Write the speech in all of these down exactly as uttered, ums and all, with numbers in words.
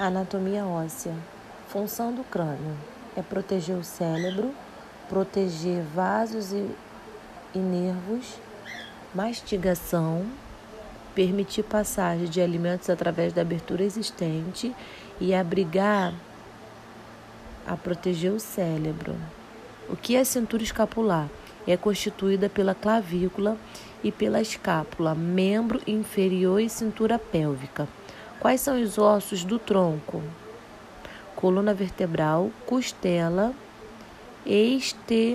Anatomia óssea. Função do crânio é proteger o cérebro, proteger vasos e, e nervos, mastigação, permitir passagem de alimentos através da abertura existente e abrigar a proteger o cérebro. O que é a cintura escapular? É constituída pela clavícula e pela escápula, membro inferior e cintura pélvica. Quais são os ossos do tronco? Coluna vertebral, costela, este,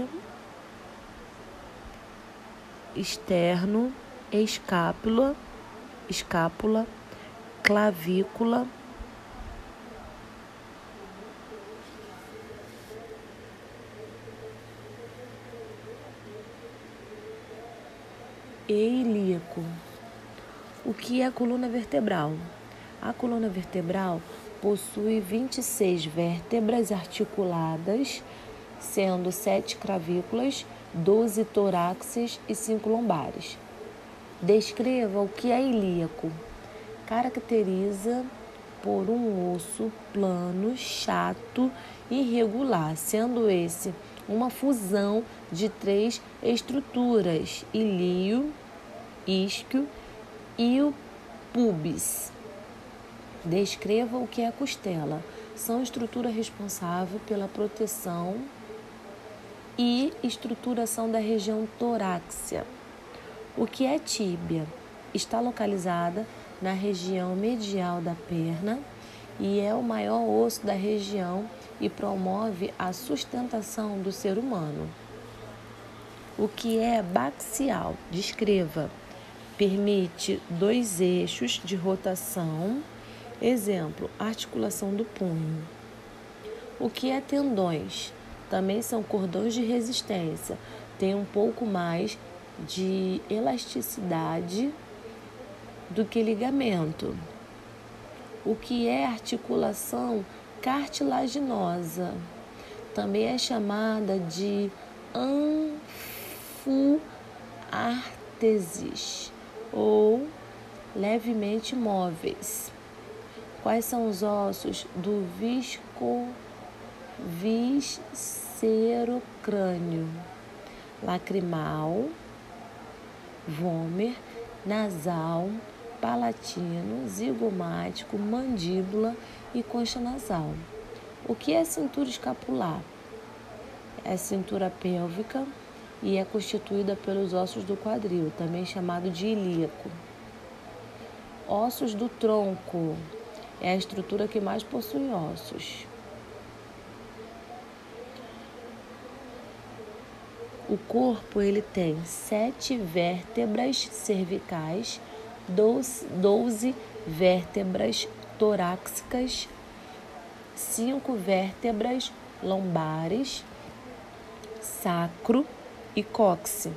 externo, escápula, escápula, clavícula, e ilíaco. O que é a coluna vertebral? A coluna vertebral possui vinte e seis vértebras articuladas, sendo sete cravículas, doze torácicas e cinco lombares. Descreva o que é ilíaco. Caracteriza por um osso plano, chato e irregular, sendo esse uma fusão de três estruturas: ilío, isquio e o pubis. Descreva o que é a costela. São estrutura responsável pela proteção e estruturação da região torácica. O que é tíbia? Está localizada na região medial da perna e é o maior osso da região e promove a sustentação do ser humano. O que é baxial? Descreva. Permite dois eixos de rotação. Exemplo, articulação do punho. O que é tendões? Também são cordões de resistência. Tem um pouco mais de elasticidade do que ligamento. O que é articulação cartilaginosa? Também é chamada de anfuárteses ou levemente móveis. Quais são os ossos do visco, viscerocrânio? Lacrimal, vômer, nasal, palatino, zigomático, mandíbula e concha nasal. O que é a cintura escapular? É a cintura pélvica e é constituída pelos ossos do quadril, também chamado de ilíaco. Ossos do tronco. É a estrutura que mais possui ossos. O corpo ele tem sete vértebras cervicais, doze vértebras torácicas, cinco vértebras lombares, sacro e cóccix.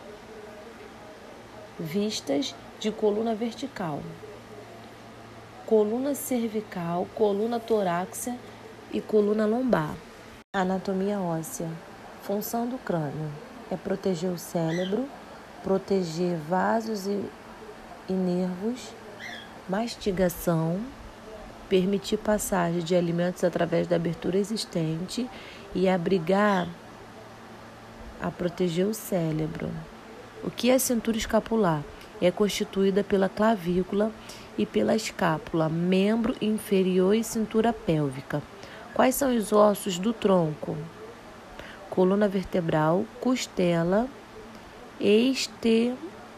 Vistas de coluna vertical. Coluna cervical, coluna torácica e coluna lombar. Anatomia óssea. Função do crânio é proteger o cérebro, proteger vasos e, e nervos, mastigação, permitir passagem de alimentos através da abertura existente e abrigar a proteger o cérebro. O que é a cintura escapular? É constituída pela clavícula e pela escápula, membro inferior e cintura pélvica. Quais são os ossos do tronco? Coluna vertebral, costela, este,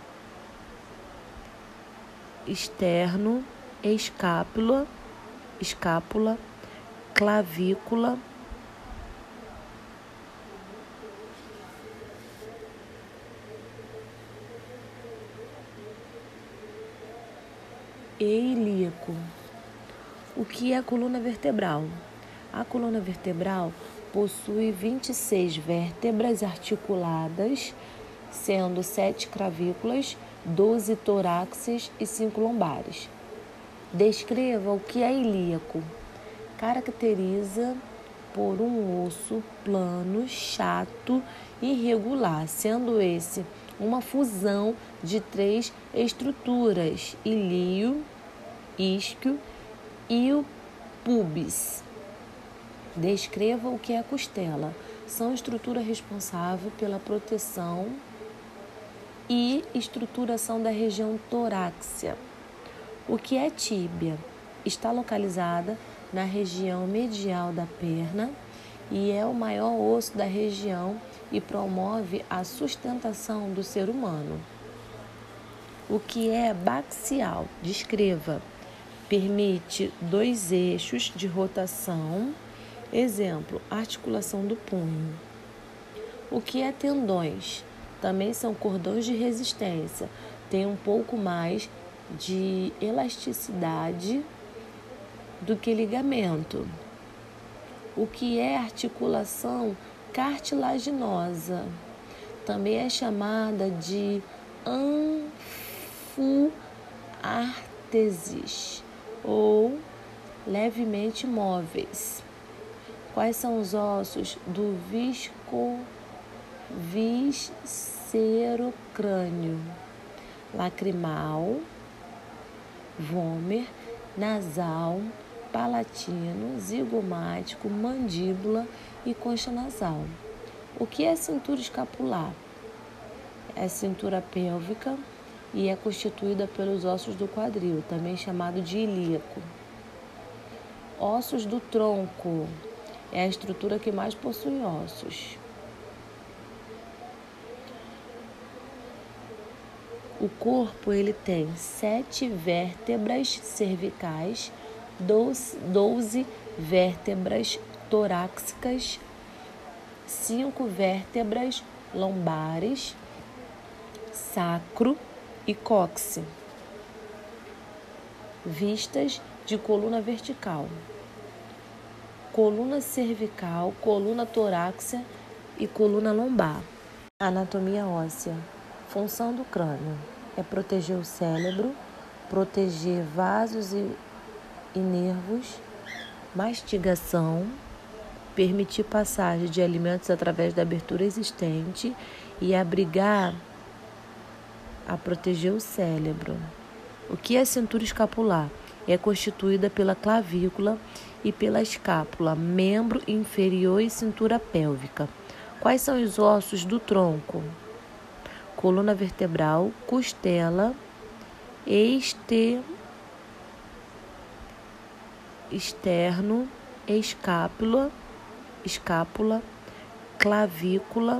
externo, escápula, escápula, clavícula, e ilíaco. O que é a coluna vertebral? A coluna vertebral possui vinte e seis vértebras articuladas, sendo sete cravículas, doze torácicas e cinco lombares. Descreva o que é ilíaco. Caracteriza por um osso plano, chato e irregular, sendo esse uma fusão de três estruturas: ilío, isquio e o pubis. Descreva o que é costela. São estrutura responsável pela proteção e estruturação da região torácica. O que é tíbia? Está localizada na região medial da perna e é o maior osso da região e promove a sustentação do ser humano. O que é baxial? Descreva. Permite dois eixos de rotação. Exemplo, articulação do punho. O que é tendões? Também são cordões de resistência. Tem um pouco mais de elasticidade do que ligamento. O que é articulação cartilaginosa? Também é chamada de anfoárteses ou levemente móveis. Quais são os ossos do visco, viscerocrânio? Lacrimal, vômer, nasal, palatino, zigomático, mandíbula e concha nasal. O que é cintura escapular? É cintura pélvica e é constituída pelos ossos do quadril, também chamado de ilíaco. Ossos do tronco. É a estrutura que mais possui ossos. O corpo ele tem sete vértebras cervicais, doze vértebras torácicas, cinco vértebras lombares, sacro e cóccix. Vistas de coluna vertical. Coluna cervical, coluna torácica e coluna lombar. Anatomia óssea. Função do crânio é proteger o cérebro, proteger vasos e, e nervos, mastigação, permitir passagem de alimentos através da abertura existente e abrigar a proteger o cérebro. O que é cintura escapular? É constituída pela clavícula e pela escápula, membro inferior e cintura pélvica. Quais são os ossos do tronco? Coluna vertebral, costela, este, externo, escápula, escápula, clavícula,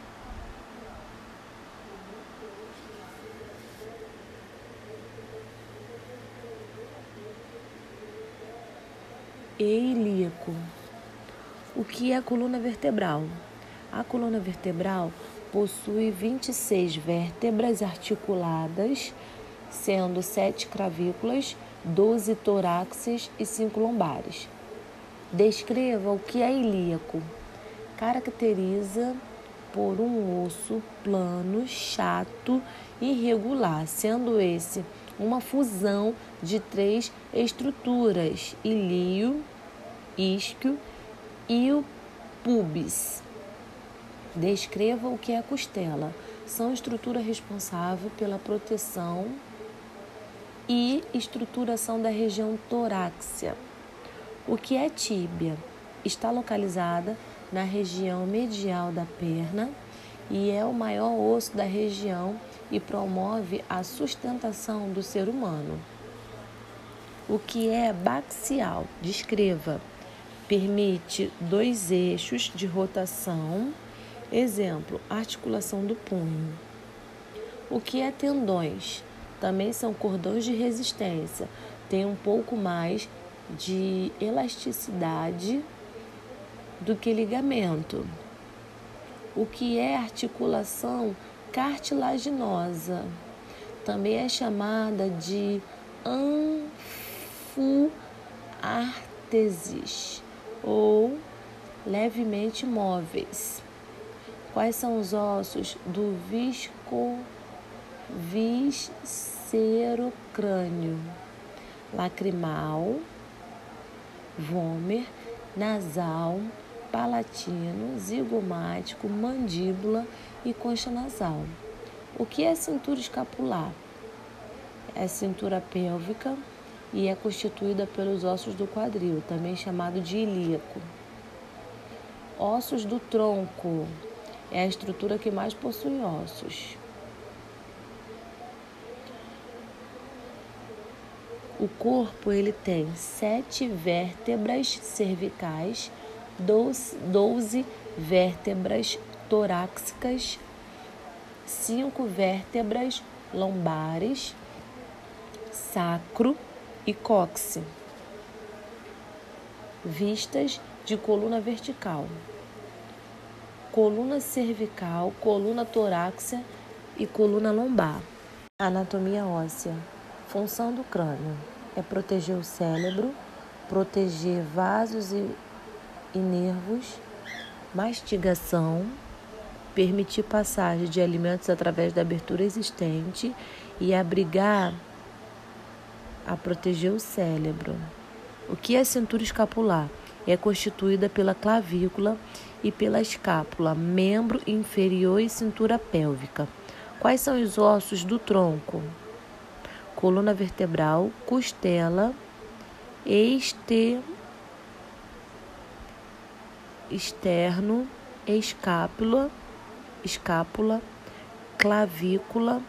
e ilíaco. O que é a coluna vertebral? A coluna vertebral possui vinte e seis vértebras articuladas, sendo sete cravículas, doze torácicas e cinco lombares. Descreva o que é ilíaco. Caracteriza por um osso plano, chato e irregular, sendo esse uma fusão de três estruturas, ilío, isquio e o pubis. Descreva o que é a costela. São estrutura responsável pela proteção e estruturação da região torácica. O que é tíbia? Está localizada na região medial da perna e é o maior osso da região e promove a sustentação do ser humano. O que é baxial? Descreva. Permite dois eixos de rotação. Exemplo, articulação do punho. O que é tendões? Também são cordões de resistência. Tem um pouco mais de elasticidade do que ligamento. O que é articulação cartilaginosa? Também é chamada de anfoárteses ou levemente móveis. Quais são os ossos do visco, viscerocrânio? Lacrimal, vômer, nasal, palatino, zigomático, mandíbula e concha nasal. O que é cintura escapular? É cintura pélvica e é constituída pelos ossos do quadril, também chamado de ilíaco. Ossos do tronco é a estrutura que mais possui ossos. O corpo ele tem sete vértebras cervicais, doze vértebras torácicas, cinco vértebras lombares, sacro e cóccix, vistas de coluna vertical, coluna cervical, coluna torácica e coluna lombar. Anatomia óssea. Função do crânio é proteger o cérebro, proteger vasos e, e nervos, mastigação, permitir passagem de alimentos através da abertura existente e abrigar a proteger o cérebro. O que é a cintura escapular? É constituída pela clavícula e pela escápula, membro inferior e cintura pélvica. Quais são os ossos do tronco? Coluna vertebral, costela, este, externo, escápula, escápula, clavícula,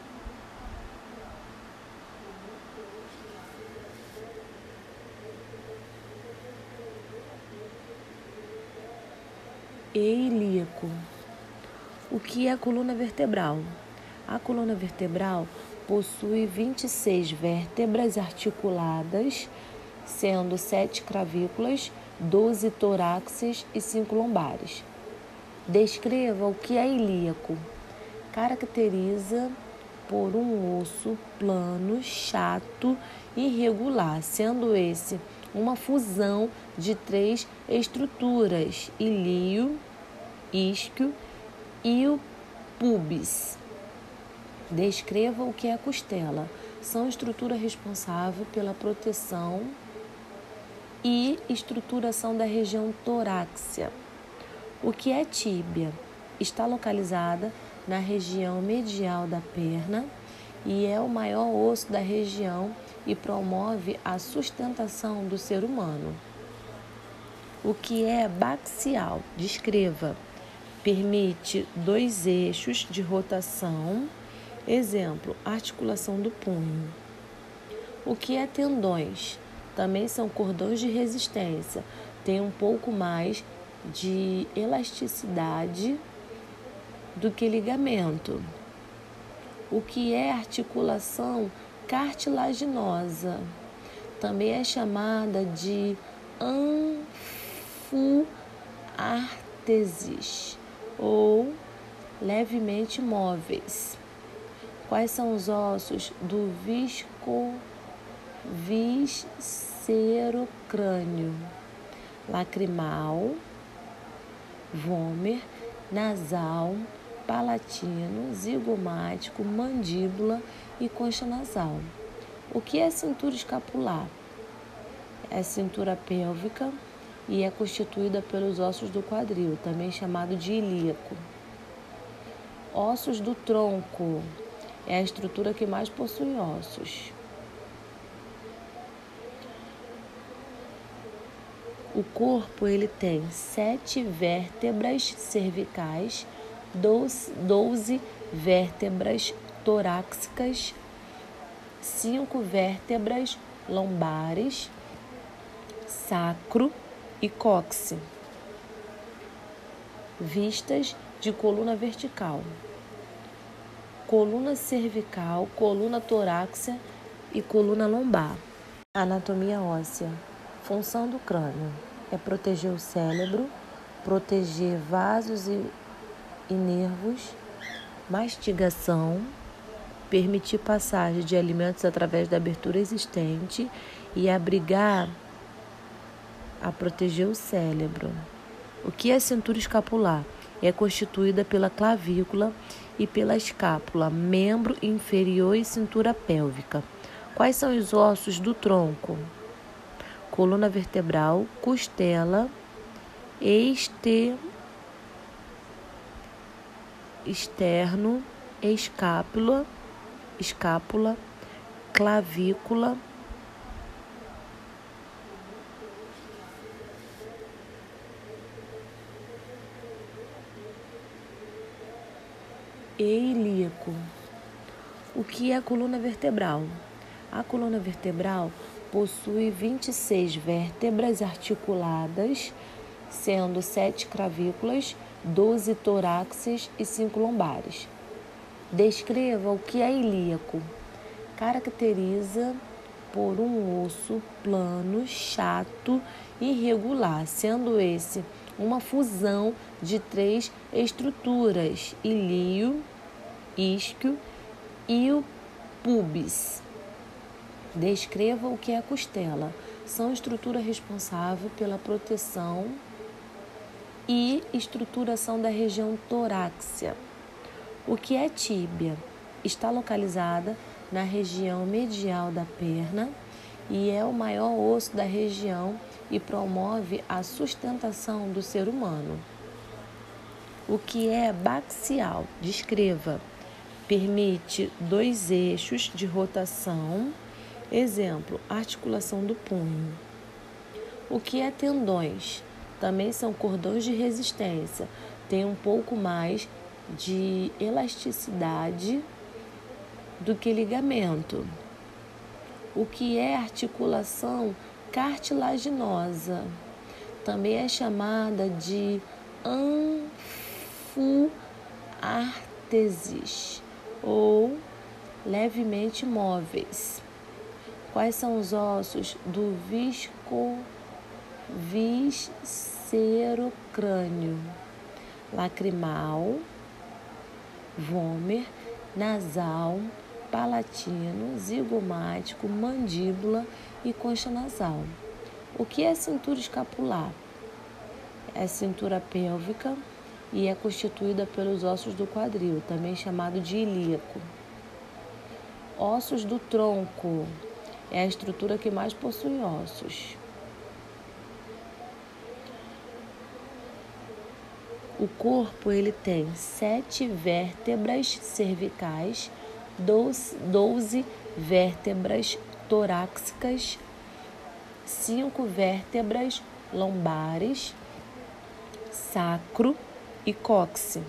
e ilíaco. O que é a coluna vertebral? A coluna vertebral possui vinte e seis vértebras articuladas, sendo sete cravículas, doze torácicas e cinco lombares. Descreva o que é ilíaco. Caracteriza por um osso plano, chato e irregular, sendo esse uma fusão de três estruturas, ilío, isquio e o pubis. Descreva o que é a costela. São estrutura responsável pela proteção e estruturação da região torácica. O que é tíbia? Está localizada na região medial da perna e é o maior osso da região e promove a sustentação do ser humano. O que é baxial? Descreva. Permite dois eixos de rotação. Exemplo, articulação do punho. O que é tendões? Também são cordões de resistência. Tem um pouco mais de elasticidade do que ligamento. O que é articulação cartilaginosa? Também é chamada de anfoárteses ou levemente móveis. Quais são os ossos do visco, viscerocrânio? Lacrimal, vômer, nasal, palatino, zigomático, mandíbula e concha nasal. O que é cintura escapular? É cintura pélvica e é constituída pelos ossos do quadril, também chamado de ilíaco. Ossos do tronco é a estrutura que mais possui ossos. O corpo ele tem sete vértebras cervicais, doze vértebras torácicas, cinco vértebras lombares, sacro e cóccix, vistas de coluna vertical, coluna cervical, coluna torácica e coluna lombar. Anatomia óssea. Função do crânio é proteger o cérebro, proteger vasos e, e nervos, mastigação, permitir passagem de alimentos através da abertura existente e abrigar a proteger o cérebro. O que é a cintura escapular? É constituída pela clavícula e pela escápula, membro inferior e cintura pélvica. Quais são os ossos do tronco? Coluna vertebral, costela, este, externo, escápula, escápula, clavícula, e ilíaco. O que é a coluna vertebral? A coluna vertebral possui vinte e seis vértebras articuladas, sendo sete cravículas, doze torácicas e cinco lombares. Descreva o que é ilíaco. Caracteriza por um osso plano, chato e irregular, sendo esse uma fusão de três estruturas: ilío, isquio e o pubis. Descreva o que é a costela. São estrutura responsável pela proteção e estruturação da região torácica. O que é tíbia? Está localizada na região medial da perna e é o maior osso da região e promove a sustentação do ser humano. O que é baxial? Descreva. Permite dois eixos de rotação. Exemplo, articulação do punho. O que é tendões? Também são cordões de resistência. Tem um pouco mais de elasticidade do que ligamento. O que é articulação cartilaginosa? Também é chamada de anfuárteses ou levemente móveis. Quais são os ossos do visco, viscerocrânio? Lacrimal, vômer, nasal, palatino, zigomático, mandíbula e concha nasal. O que é cintura escapular? É cintura pélvica e é constituída pelos ossos do quadril, também chamado de ilíaco. Ossos do tronco é a estrutura que mais possui ossos. O corpo ele tem sete vértebras cervicais, doze vértebras torácicas, cinco vértebras lombares, sacro e cóccix.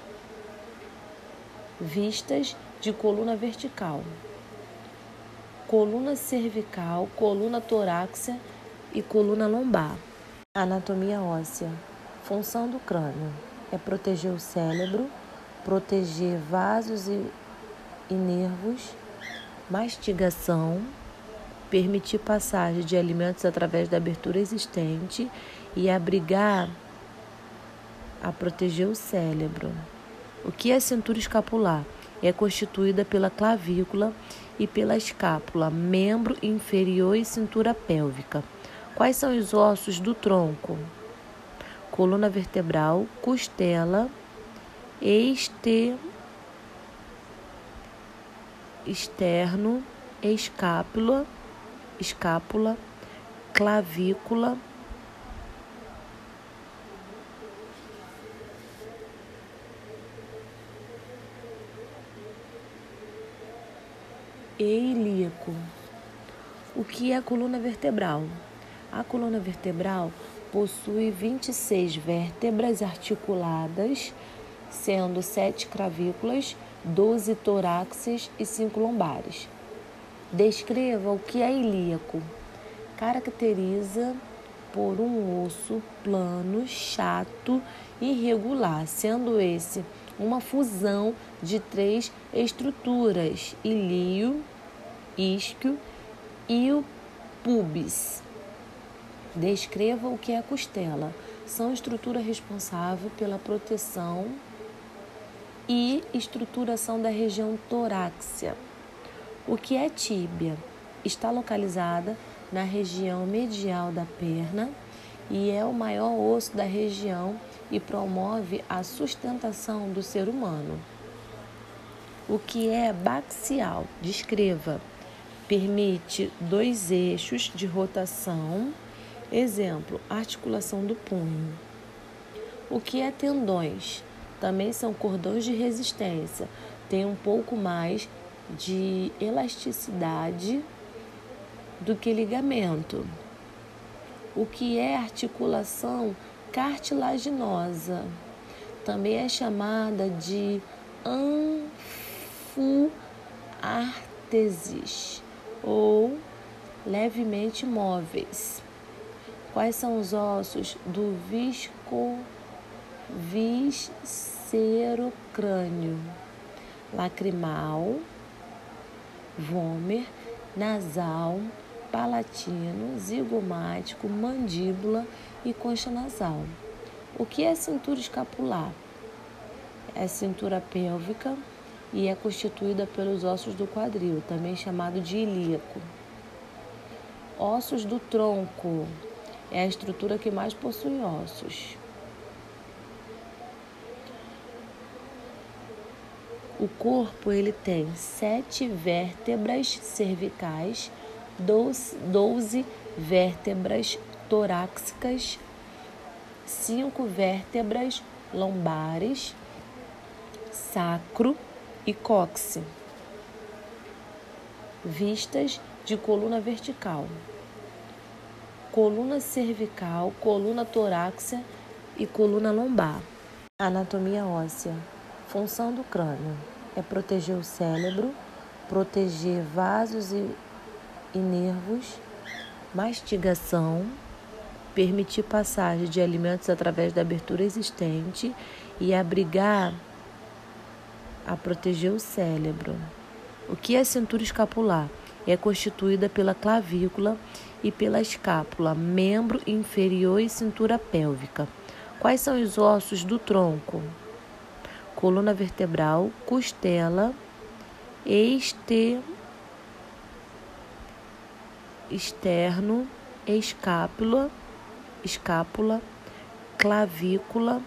Vistas de coluna vertical: coluna cervical, coluna torácica e coluna lombar. Anatomia óssea. Função do crânio é proteger o cérebro, proteger vasos e, e nervos, mastigação, permitir passagem de alimentos através da abertura existente e abrigar a proteger o cérebro. O que é a cintura escapular? É constituída pela clavícula e pela escápula, membro inferior e cintura pélvica. Quais são os ossos do tronco? Coluna vertebral, costela, este, externo, escápula, escápula, clavícula, e ilíaco. O que é a coluna vertebral? A coluna vertebral possui vinte e seis vértebras articuladas, sendo sete cravículas, doze torácicas e cinco lombares. Descreva o que é ilíaco. Caracteriza por um osso plano, chato e irregular, sendo esse uma fusão de três estruturas: ilío, isquio e o pubis. Descreva o que é a costela. São estrutura responsável pela proteção e estruturação da região torácica. O que é tíbia? Está localizada na região medial da perna e é o maior osso da região e promove a sustentação do ser humano. O que é baxial? Descreva. Permite dois eixos de rotação. Exemplo, articulação do punho. O que é tendões? Também são cordões de resistência. Tem um pouco mais de elasticidade do que ligamento. O que é articulação cartilaginosa? Também é chamada de anfoárteses ou levemente móveis. Quais são os ossos do visco, viscerocrânio? Lacrimal, vômer, nasal, palatino, zigomático, mandíbula e concha nasal. O que é cintura escapular? É cintura pélvica e é constituída pelos ossos do quadril, também chamado de ilíaco. Ossos do tronco é a estrutura que mais possui ossos. O corpo ele tem sete vértebras cervicais, doze vértebras torácicas, cinco vértebras lombares, sacro e cóccix. Vistas de coluna vertical, coluna cervical, coluna torácica e coluna lombar. Anatomia óssea. Função do crânio é proteger o cérebro, proteger vasos e, e nervos, mastigação, permitir passagem de alimentos através da abertura existente e abrigar a proteger o cérebro. O que é cintura escapular? É constituída pela clavícula e pela escápula, membro inferior e cintura pélvica. Quais são os ossos do tronco? Coluna vertebral, costela, este, externo, escápula, escápula, clavícula,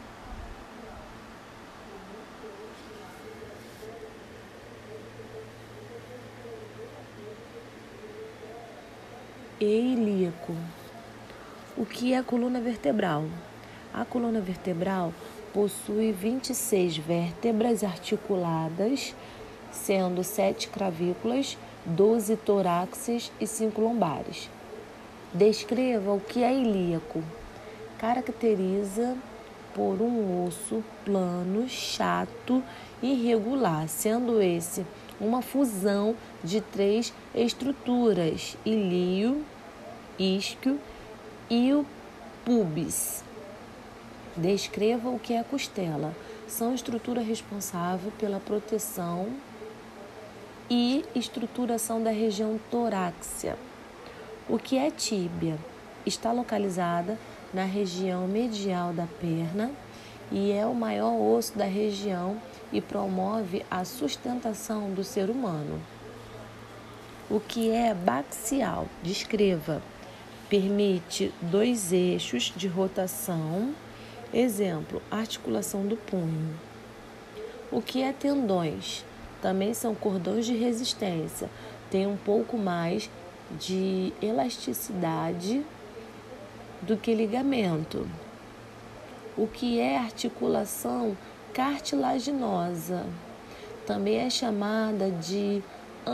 e ilíaco. O que é a coluna vertebral? A coluna vertebral possui vinte e seis vértebras articuladas, sendo sete cravículas, doze torácicas e cinco lombares. Descreva o que é ilíaco. Caracteriza por um osso plano, chato e irregular, sendo esse uma fusão de três estruturas, ilío, isquio e o pubis. Descreva o que é a costela. São estrutura responsável pela proteção e estruturação da região torácica. O que é tíbia? Está localizada na região medial da perna e é o maior osso da região e promove a sustentação do ser humano. O que é baxial? Descreva. Permite dois eixos de rotação. Exemplo, articulação do punho. O que é tendões? Também são cordões de resistência. Tem um pouco mais de elasticidade do que ligamento. O que é articulação cartilaginosa? Também é chamada de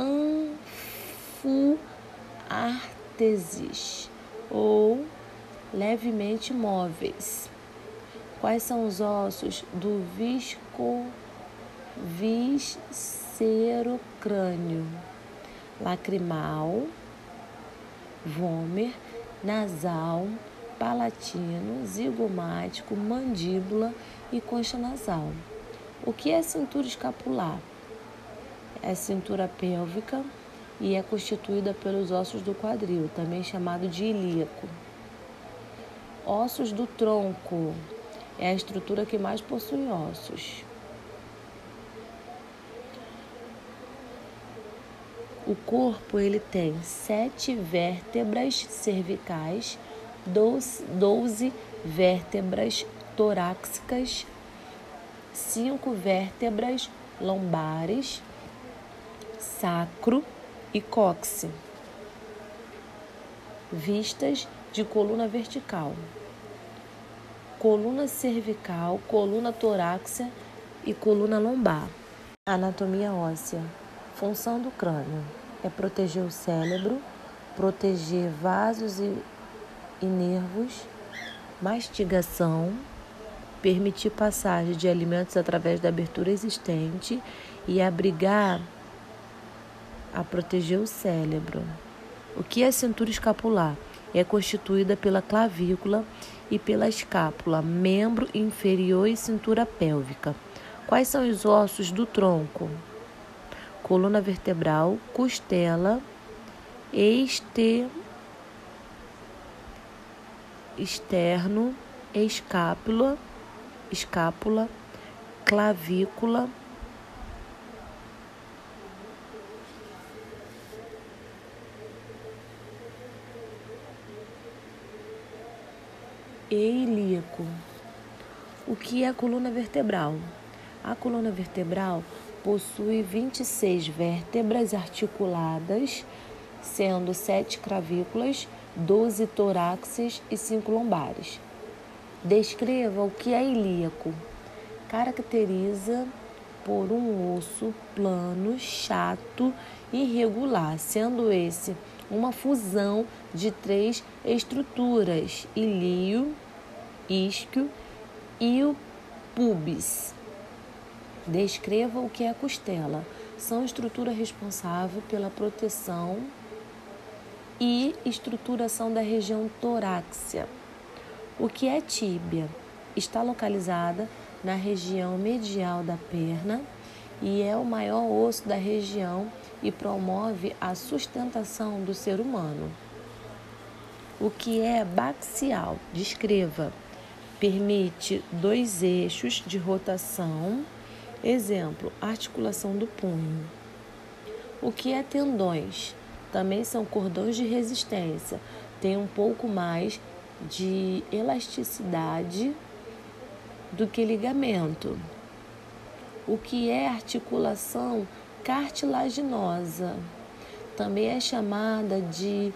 anfoárteses ou levemente móveis. Quais são os ossos do visco, viscerocrânio? Lacrimal, vômer, nasal, palatino, zigomático, mandíbula e concha nasal. O que é cintura escapular? É cintura pélvica e é constituída pelos ossos do quadril, também chamado de ilíaco. Ossos do tronco é a estrutura que mais possui ossos. O corpo ele tem sete vértebras cervicais, doze vértebras torácicas, cinco vértebras lombares, sacro e cóccix. Vistas de coluna vertical, coluna cervical, coluna torácica e coluna lombar. Anatomia óssea. Função do crânio é proteger o cérebro, proteger vasos e, e nervos, mastigação, permitir passagem de alimentos através da abertura existente e abrigar a proteger o cérebro. O que é a cintura escapular? É constituída pela clavícula e pela escápula, membro inferior e cintura pélvica. Quais são os ossos do tronco? Coluna vertebral, costela, este, externo, escápula, escápula, clavícula, e ilíaco. O que é a coluna vertebral? A coluna vertebral possui vinte e seis vértebras articuladas, sendo sete cravículas, doze torácicas e cinco lombares. Descreva o que é ilíaco. Caracteriza por um osso plano, chato e irregular, sendo esse uma fusão de três estruturas: ilío, isquio e o pubis. Descreva o que é a costela. São estrutura responsável pela proteção e estruturação da região torácica. O que é tíbia? Está localizada na região medial da perna e é o maior osso da região e promove a sustentação do ser humano. O que é baxial? Descreva. Permite dois eixos de rotação. Exemplo, articulação do punho. O que é tendões? Também são cordões de resistência. Tem um pouco mais de elasticidade do que ligamento. O que é articulação cartilaginosa? Também é chamada de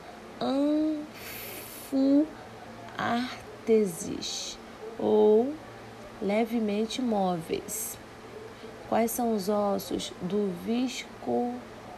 anfuárteses ou levemente móveis. Quais são os ossos do visco,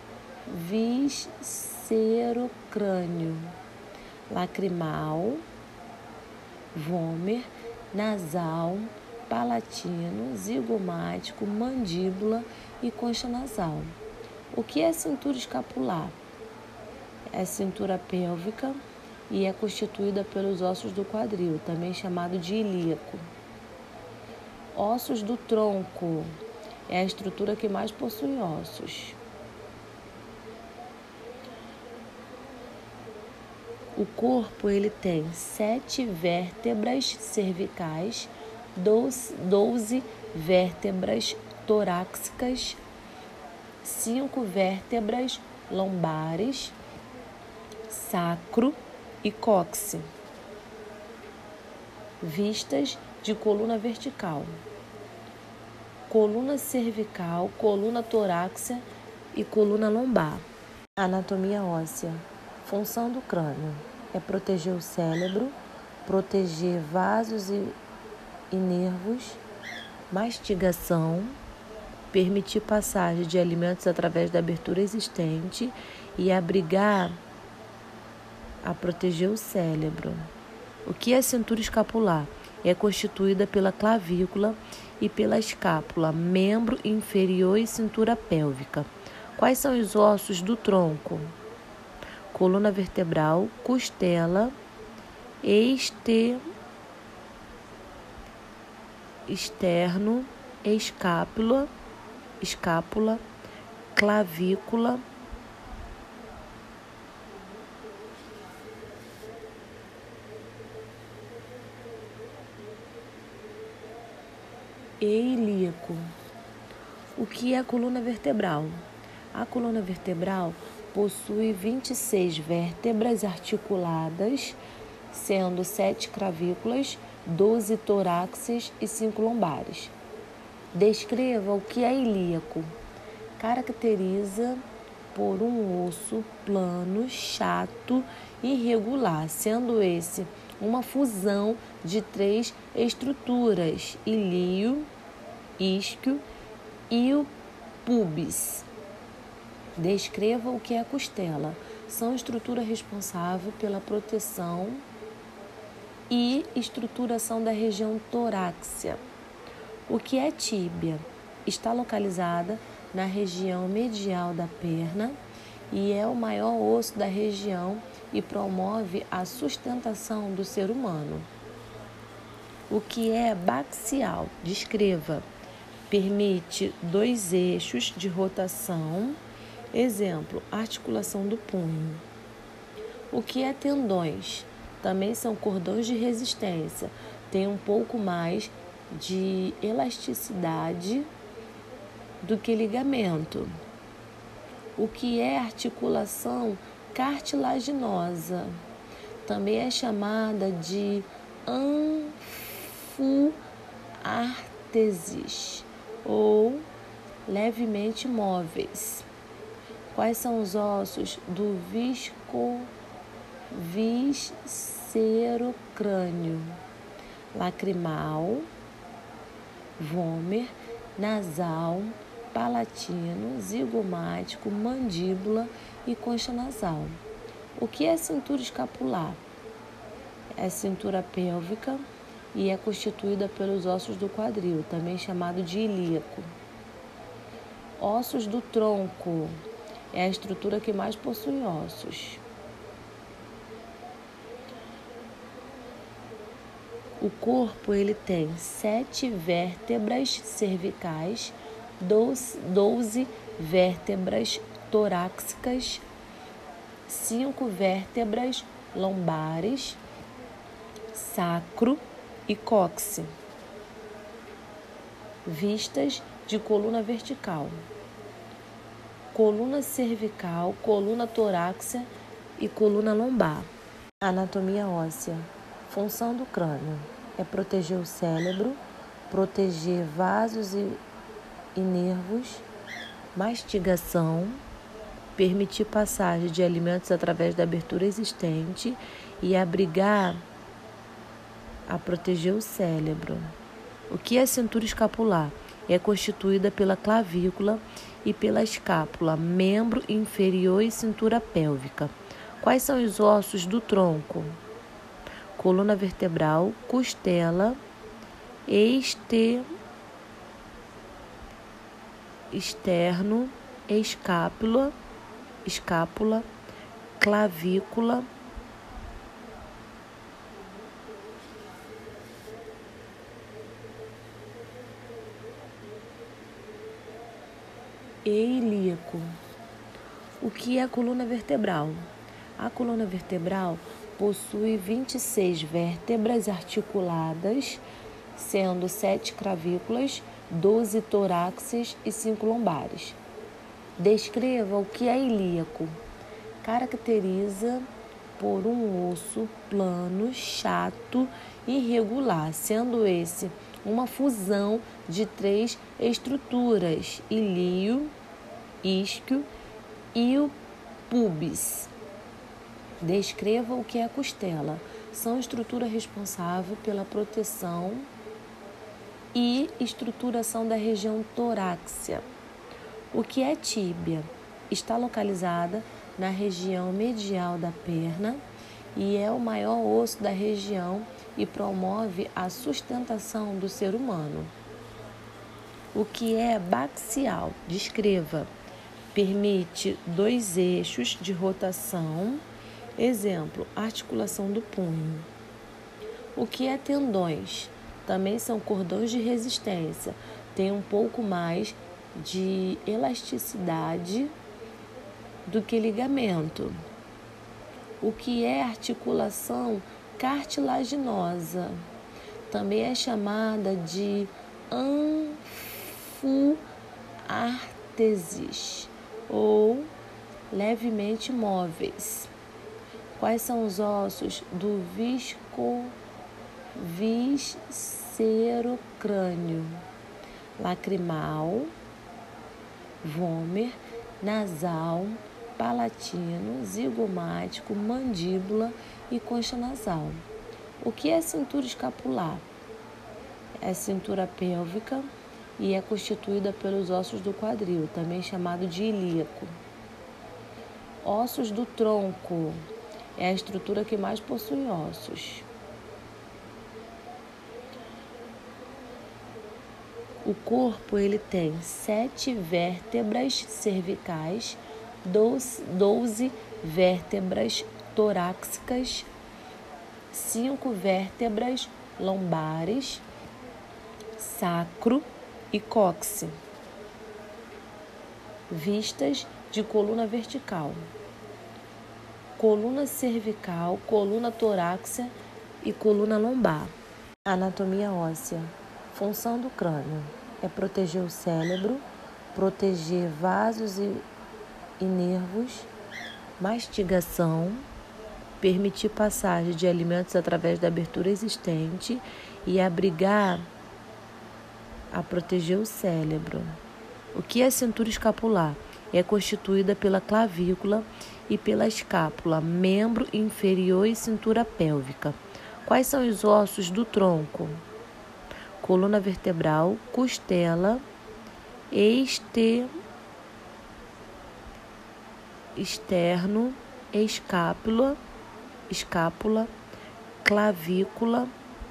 viscerocrânio? Lacrimal, vômer, nasal, palatino, zigomático, mandíbula e concha nasal. O que é a cintura escapular? É a cintura pélvica e é constituída pelos ossos do quadril, também chamado de ilíaco. Ossos do tronco é a estrutura que mais possui ossos. O corpo ele tem sete vértebras cervicais, doze vértebras torácicas, cinco vértebras lombares, sacro e cóccix. Vistas de coluna vertical: coluna cervical, coluna torácica e coluna lombar. Anatomia óssea. Função do crânio é proteger o cérebro, proteger vasos e, e nervos, mastigação, permitir passagem de alimentos através da abertura existente e abrigar a proteger o cérebro. O que é a cintura escapular? É constituída pela clavícula e pela escápula, membro inferior e cintura pélvica. Quais são os ossos do tronco? Coluna vertebral, costela, este, externo, escápula, escápula, clavícula, e ilíaco. O que é a coluna vertebral? A coluna vertebral possui vinte e seis vértebras articuladas, sendo sete cravículas, doze torácicas e cinco lombares. Descreva o que é ilíaco. Caracteriza por um osso plano, chato e irregular, sendo esse uma fusão de três estruturas: ilío, isquio e o pubis. Descreva o que é a costela. São estrutura responsável pela proteção e estruturação da região torácica. O que é tíbia? Está localizada na região medial da perna e é o maior osso da região e promove a sustentação do ser humano. O que é baxial? Descreva. Permite dois eixos de rotação. Exemplo, articulação do punho. O que é tendões? Também são cordões de resistência. Tem um pouco mais de elasticidade do que ligamento. O que é articulação cartilaginosa? Também é chamada de anfoárteses ou levemente móveis. Quais são os ossos do visco, viscerocrânio? Lacrimal, vômer, nasal, palatino, zigomático, mandíbula e concha nasal. O que é cintura escapular? É cintura pélvica e é constituída pelos ossos do quadril, também chamado de ilíaco. Ossos do tronco é a estrutura que mais possui ossos. O corpo ele tem sete vértebras cervicais, doze vértebras torácicas, cinco vértebras lombares, sacro e cóccix. Vistas de coluna vertical. Coluna cervical, coluna torácica e coluna lombar. Anatomia óssea. Função do crânio é proteger o cérebro, proteger vasos e, e nervos, mastigação, permitir passagem de alimentos através da abertura existente e abrigar a proteger o cérebro. O que é cintura escapular? É constituída pela clavícula e pela escápula, membro inferior e cintura pélvica. Quais são os ossos do tronco? Coluna vertebral, costela, este, externo, escápula, escápula, clavícula, e ilíaco. O que é a coluna vertebral? A coluna vertebral possui vinte e seis vértebras articuladas, sendo sete cravículas, doze torácicas e cinco lombares. Descreva o que é ilíaco. Caracteriza por um osso plano, chato e irregular, sendo esse uma fusão de três estruturas, ilío, isquio e o pubis. Descreva o que é a costela. São estrutura responsável pela proteção e estruturação da região torácica. O que é tíbia? Está localizada na região medial da perna e é o maior osso da região e promove a sustentação do ser humano. O que é baxial? Descreva. Permite dois eixos de rotação. Exemplo, articulação do punho. O que é tendões? Também são cordões de resistência. Tem um pouco mais de elasticidade do que ligamento. O que é articulação cartilaginosa? Também é chamada de anfoárteses ou levemente móveis. Quais são os ossos do visco, viscerocrânio? Lacrimal, vômer, nasal, palatino, zigomático, mandíbula e concha nasal. O que é cintura escapular? É cintura pélvica e é constituída pelos ossos do quadril, também chamado de ilíaco. Ossos do tronco é a estrutura que mais possui ossos. O corpo ele tem sete vértebras cervicais, doze vértebras torácicas, cinco vértebras lombares, sacro e cóccix, vistas de coluna vertical, coluna cervical, coluna torácica e coluna lombar. Anatomia óssea. Função do crânio é proteger o cérebro, proteger vasos e, e nervos, mastigação, permitir passagem de alimentos através da abertura existente e abrigar a proteger o cérebro. O que é a cintura escapular? É constituída pela clavícula e pela escápula, membro inferior e cintura pélvica. Quais são os ossos do tronco? Coluna vertebral, costela, este, externo, escápula, escápula, clavícula,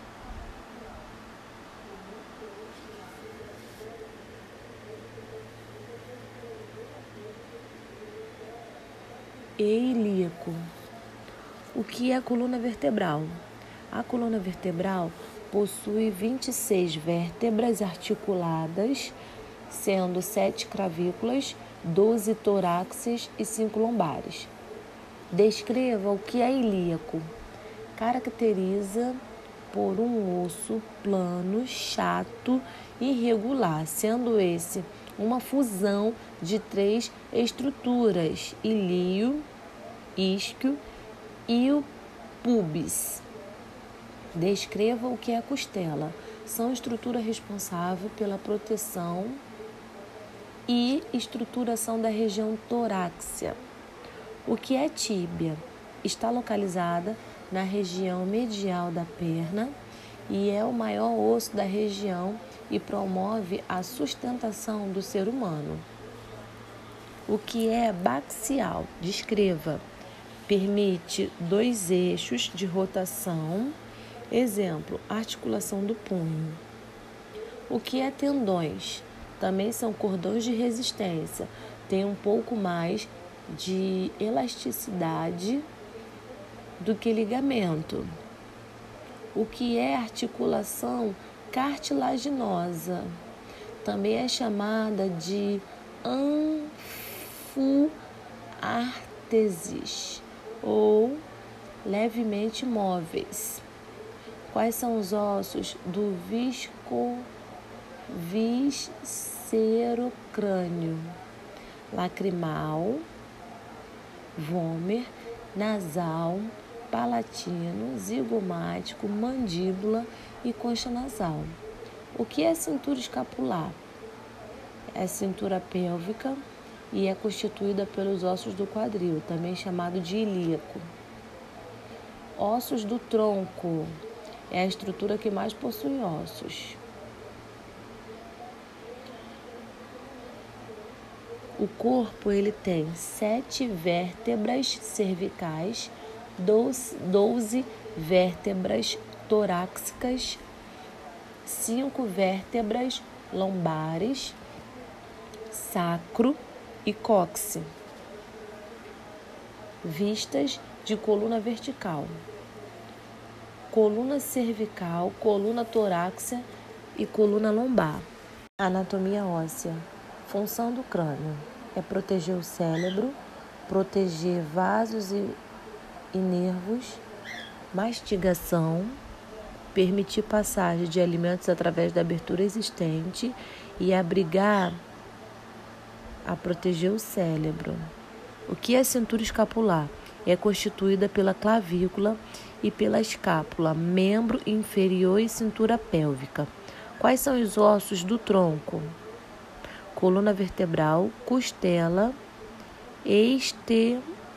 e ilíaco. O que é a coluna vertebral? A coluna vertebral possui vinte e seis vértebras articuladas, sendo sete cravículas, doze torácicas e cinco lombares. Descreva o que é ilíaco. Caracteriza por um osso plano, chato e irregular, sendo esse uma fusão de três estruturas: ilío, isquio e o pubis. Descreva o que é a costela. São estrutura responsável pela proteção e estruturação da região torácica. O que é tíbia? Está localizada na região medial da perna e é o maior osso da região e promove a sustentação do ser humano. O que é baxial? Descreva. Permite dois eixos de rotação. Exemplo, articulação do punho. O que é tendões? Também são cordões de resistência. Tem um pouco mais de elasticidade do que ligamento. O que é articulação cartilaginosa? Também é chamada de anfuárteses ou levemente móveis. Quais são os ossos do visco, viscerocrânio? Lacrimal, vômer, nasal, palatino, zigomático, mandíbula e concha nasal. O que é cintura escapular? É cintura pélvica e é constituída pelos ossos do quadril, também chamado de ilíaco. Ossos do tronco. É a estrutura que mais possui ossos. O corpo ele tem sete vértebras cervicais, doze vértebras torácicas, cinco vértebras lombares, sacro e cóccix, vistas de coluna vertical, coluna cervical, coluna torácica e coluna lombar. Anatomia óssea. Função do crânio é proteger o cérebro, proteger vasos e, e nervos, mastigação, permitir passagem de alimentos através da abertura existente e abrigar a proteger o cérebro. O que é a cintura escapular? É constituída pela clavícula e pela escápula, membro inferior e cintura pélvica. Quais são os ossos do tronco? Coluna vertebral, costela, este,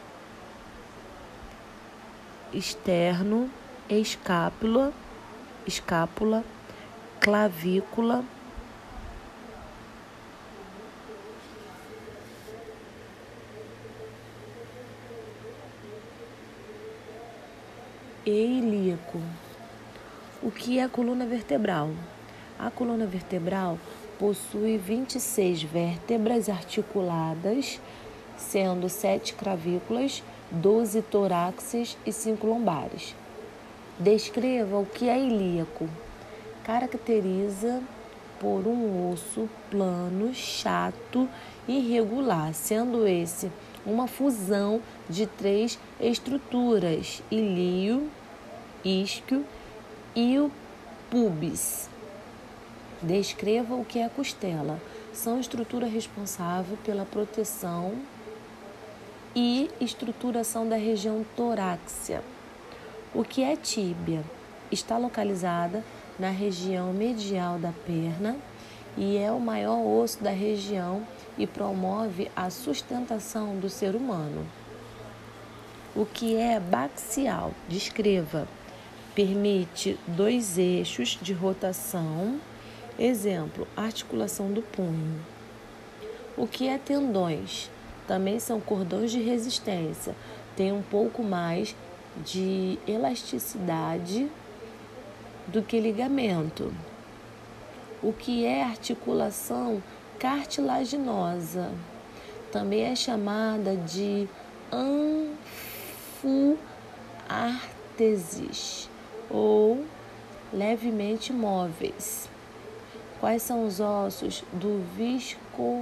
externo, escápula, escápula, clavícula, e ilíaco. O que é a coluna vertebral? A coluna vertebral possui vinte e seis vértebras articuladas, sendo sete cravículas, doze torácicas e cinco lombares. Descreva o que é ilíaco. Caracteriza por um osso plano, chato e irregular, sendo esse uma fusão de três estruturas, ilío, isquio e o pubis. Descreva o que é costela. São estrutura responsável pela proteção e estruturação da região torácica. O que é tíbia? Está localizada na região medial da perna e é o maior osso da região e promove a sustentação do ser humano. O que é baxial? Descreva. Permite dois eixos de rotação. Exemplo, articulação do punho. O que é tendões? Também são cordões de resistência. Tem um pouco mais de elasticidade do que ligamento. O que é articulação cartilaginosa? Também é chamada de anfuárteses ou levemente móveis. Quais são os ossos do visco,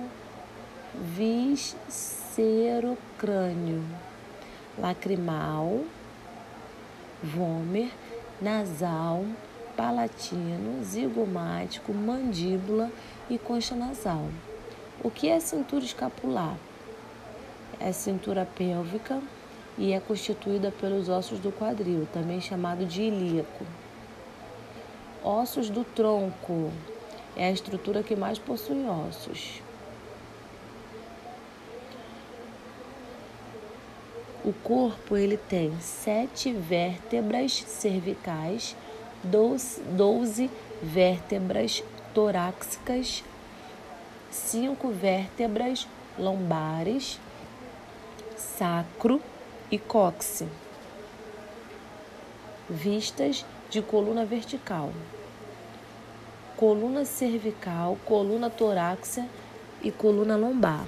viscerocrânio? Lacrimal, vômer, nasal, palatino, zigomático, mandíbula e concha nasal. O que é cintura escapular? É cintura pélvica e é constituída pelos ossos do quadril, também chamado de ilíaco. Ossos do tronco é a estrutura que mais possui ossos. O corpo ele tem sete vértebras cervicais, doze vértebras torácicas, cinco vértebras lombares, sacro e cóccix. Vistas de coluna vertical. Coluna cervical, coluna torácica e coluna lombar.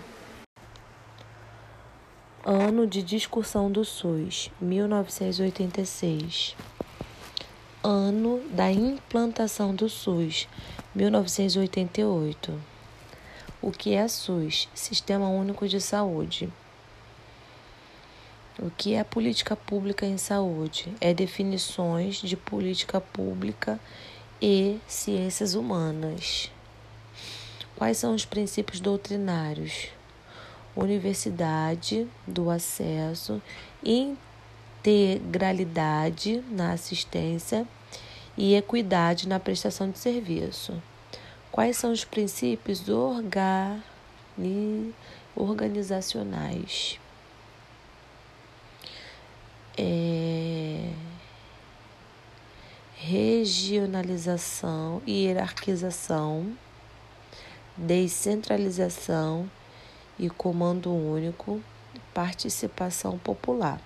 Ano de discussão do SUS, mil novecentos e oitenta e seis. Ano da implantação do SUS, mil novecentos e oitenta e oito. O que é SUS? Sistema Único de Saúde. O que é política pública em saúde? É definições de política pública e ciências humanas. Quais são os princípios doutrinários? Universidade do acesso, integralidade na assistência e equidade na prestação de serviço. Quais são os princípios organi- organizacionais? É... Regionalização e hierarquização, descentralização e comando único, participação popular.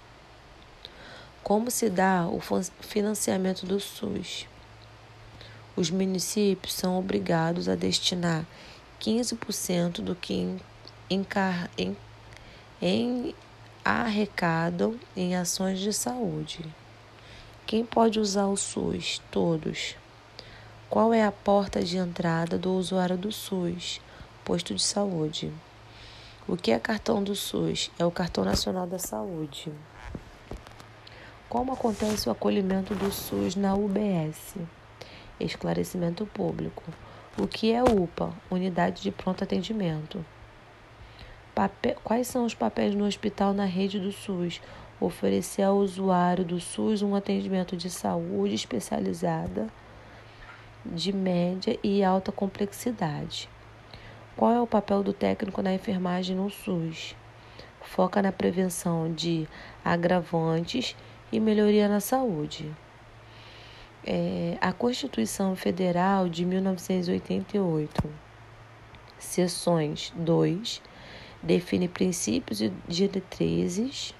Como se dá o financiamento do SUS? Os municípios são obrigados a destinar quinze por cento do que encar- em, em arrecadam em ações de saúde. Quem pode usar o SUS? Todos. Qual é a porta de entrada do usuário do SUS? Posto de saúde. O que é cartão do SUS? É o Cartão Nacional da Saúde. Como acontece o acolhimento do SUS na U B S? Esclarecimento público. O que é U P A? Unidade de Pronto Atendimento. Pape... Quais são os papéis no hospital na rede do SUS? Oferecer ao usuário do SUS um atendimento de saúde especializada, de média e alta complexidade. Qual é o papel do técnico na enfermagem no SUS? Foca na prevenção de agravantes e melhoria na saúde. É, a Constituição Federal de mil novecentos e oitenta e oito, seções dois, define princípios e diretrizes.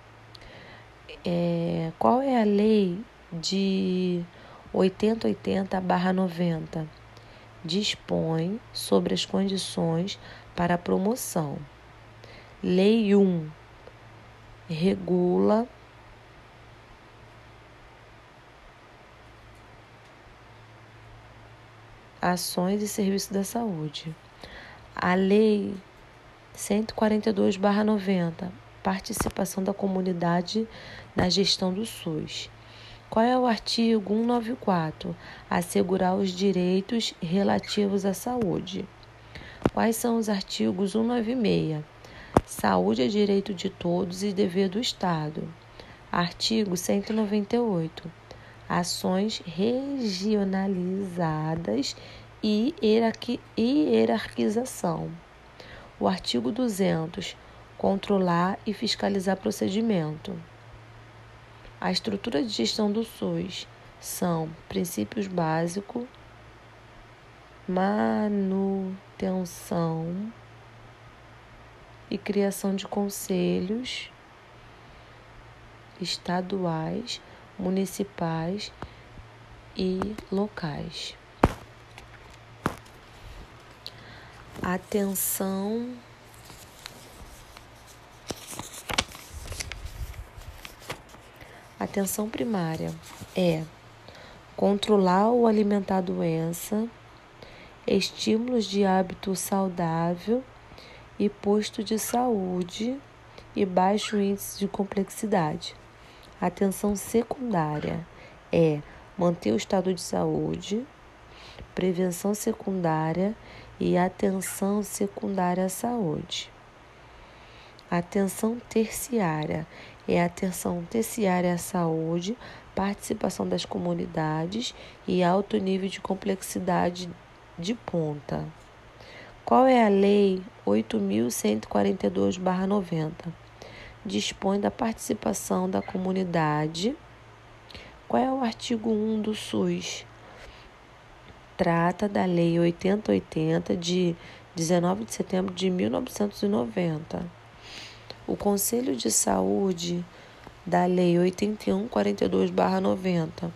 É, qual é a lei de oitenta e oitenta barra noventa? dispõe sobre as condições para a promoção. Lei um regula ações e serviços da saúde. A Lei cento e quarenta e dois barra noventa, participação da comunidade na gestão do SUS. Qual é o artigo cento e noventa e quatro? Assegurar os direitos relativos à saúde. Quais são os artigos cento e noventa e seis? Saúde é direito de todos e dever do Estado. Artigo cento e noventa e oito. Ações regionalizadas e hierarquização. O artigo duzentos. Controlar e fiscalizar procedimento. A estrutura de gestão do SUS são princípios básicos, manutenção e criação de conselhos estaduais, municipais e locais. Atenção Atenção primária é controlar ou alimentar a doença, estímulos de hábito saudável e posto de saúde e baixo índice de complexidade. Atenção secundária é manter o estado de saúde, prevenção secundária e atenção secundária à saúde. Atenção terciária é atenção terciária à saúde, participação das comunidades e alto nível de complexidade de ponta. Qual é a Lei oito mil cento e quarenta e dois barra noventa? Dispõe da participação da comunidade. Qual é o artigo um do SUS? Trata da Lei oitenta oitenta de dezenove de setembro de mil novecentos e noventa. O Conselho de Saúde da Lei oitenta e um quarenta e dois barra noventa.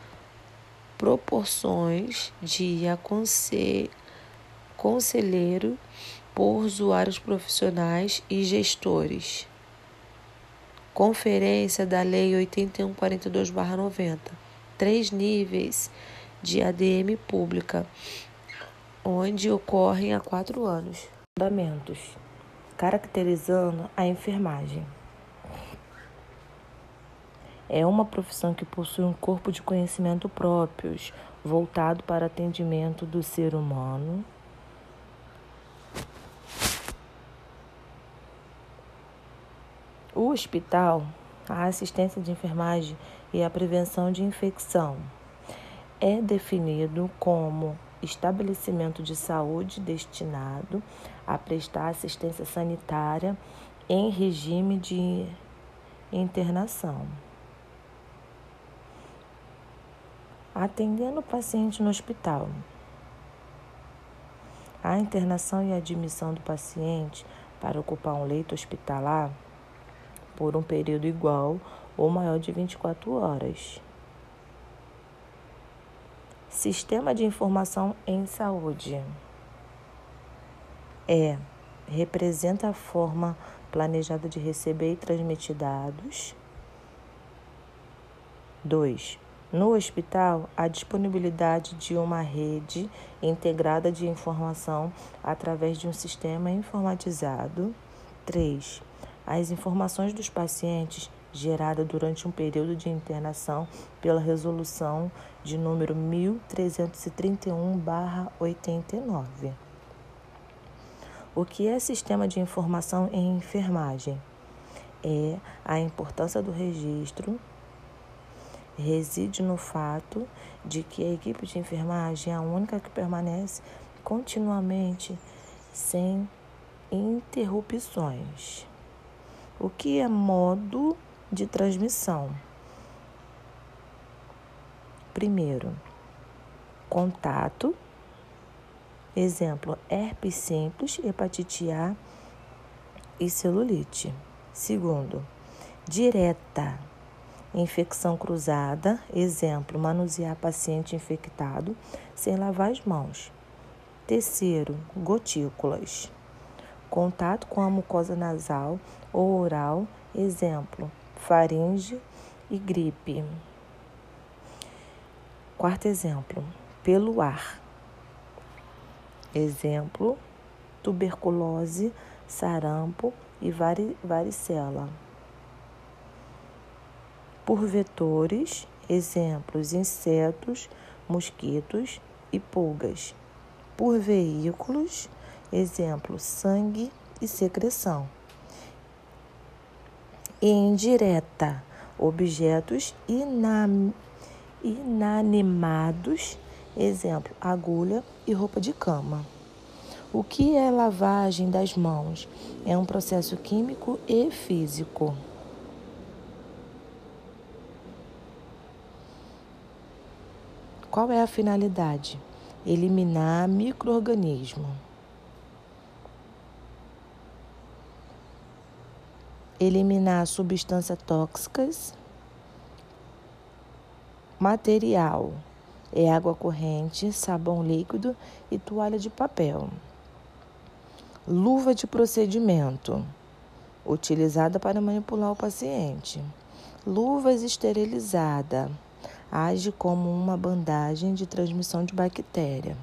Proporções de aconselho conselheiro por usuários profissionais e gestores. Conferência da Lei oitenta e um quarenta e dois barra noventa. Três níveis de A D M pública, onde ocorrem há quatro anos. Fundamentos. Caracterizando a enfermagem. É uma profissão que possui um corpo de conhecimento próprios, voltado para atendimento do ser humano, o hospital, a assistência de enfermagem e a prevenção de infecção é definido como estabelecimento de saúde destinado a prestar assistência sanitária em regime de internação. Atendendo o paciente no hospital. A internação e a admissão do paciente para ocupar um leito hospitalar por um período igual ou maior de vinte e quatro horas. Sistema de informação em saúde. É, representa a forma planejada de receber e transmitir dados. dois. No hospital, a disponibilidade de uma rede integrada de informação através de um sistema informatizado. três. As informações dos pacientes geradas durante um período de internação pela resolução de número mil trezentos e trinta e um barra oitenta e nove. O que é sistema de informação em enfermagem? É a importância do registro reside no fato de que a equipe de enfermagem é a única que permanece continuamente sem interrupções. O que é modo de transmissão? Primeiro, contato, exemplo, herpes simples, hepatite A e celulite. Segundo, direta, infecção cruzada, exemplo, manusear paciente infectado sem lavar as mãos. Terceiro, gotículas. Contato com a mucosa nasal ou oral, exemplo, faringe e gripe. Quarto exemplo, pelo ar. Exemplo, tuberculose, sarampo e vari- varicela. Por vetores, exemplos, insetos, mosquitos e pulgas. Por veículos, exemplo, sangue e secreção. E indireta, objetos inam, inanimados, exemplo, agulha e roupa de cama. O que é lavagem das mãos? É um processo químico e físico. Qual é a finalidade? Eliminar micro-organismo. Eliminar substâncias tóxicas. Material é água corrente, sabão líquido e toalha de papel. Luva de procedimento, utilizada para manipular o paciente. Luvas esterilizada, age como uma bandagem de transmissão de bactéria.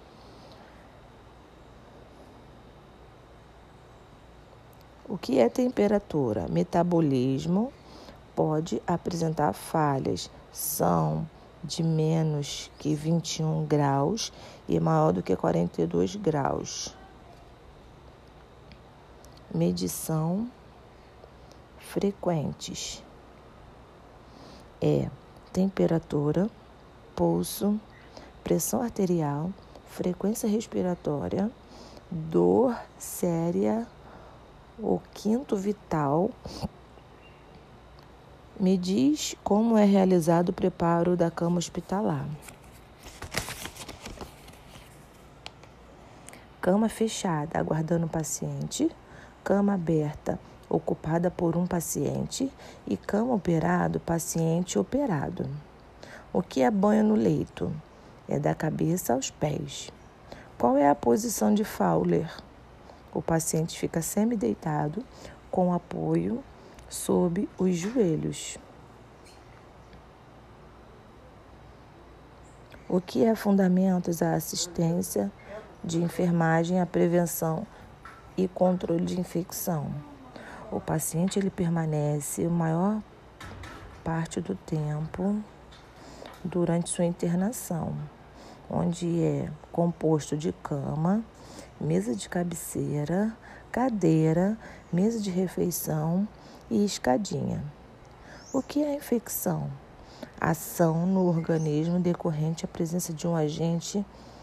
O que é temperatura? Metabolismo pode apresentar falhas. São de menos que vinte e um graus e maior do que quarenta e dois graus. Medição frequentes é temperatura, pulso, pressão arterial, frequência respiratória, dor séria, o quinto vital. Me diz como é realizado o preparo da cama hospitalar. Cama fechada, aguardando o paciente. Cama aberta, ocupada por um paciente. E cama operado, paciente operado. O que é banho no leito? É da cabeça aos pés. Qual é a posição de Fowler? O paciente fica semi-deitado, com apoio sob os joelhos. O que é fundamentos à assistência de enfermagem, à prevenção e controle de infecção? O paciente ele permanece a maior parte do tempo durante sua internação, onde é composto de cama, mesa de cabeceira, cadeira, mesa de refeição e escadinha. O que é infecção? Ação no organismo decorrente à presença de um agente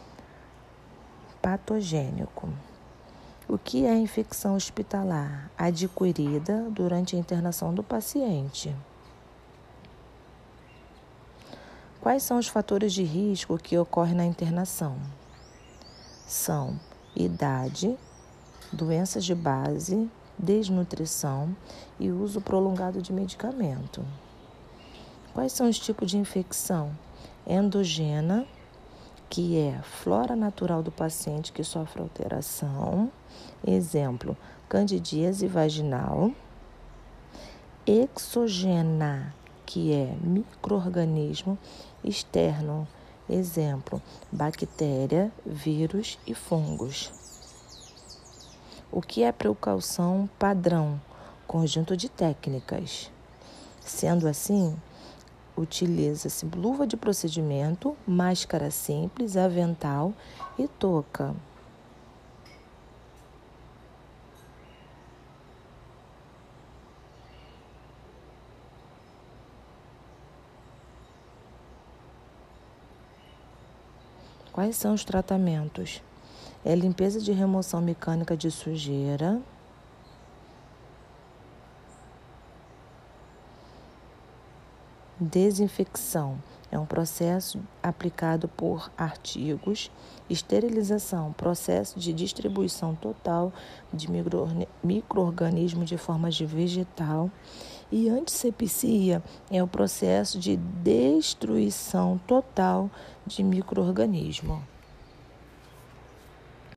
patogênico. O que é infecção hospitalar? Adquirida durante a internação do paciente. Quais são os fatores de risco que ocorrem na internação? São idade, doenças de base, desnutrição e uso prolongado de medicamento. Quais são os tipos de infecção? Endogena, que é a flora natural do paciente que sofre alteração. Exemplo, candidíase vaginal. Exogena, que é micro-organismo externo. Exemplo, bactéria, vírus e fungos. O que é precaução padrão? Conjunto de técnicas. Sendo assim, utiliza-se luva de procedimento, máscara simples, avental e touca. Quais são os tratamentos? É limpeza de remoção mecânica de sujeira, desinfecção, é um processo aplicado por artigos, esterilização, processo de distribuição total de micro-organismos de forma de vegetal, e antisepsia é o processo de destruição total de micro-organismo.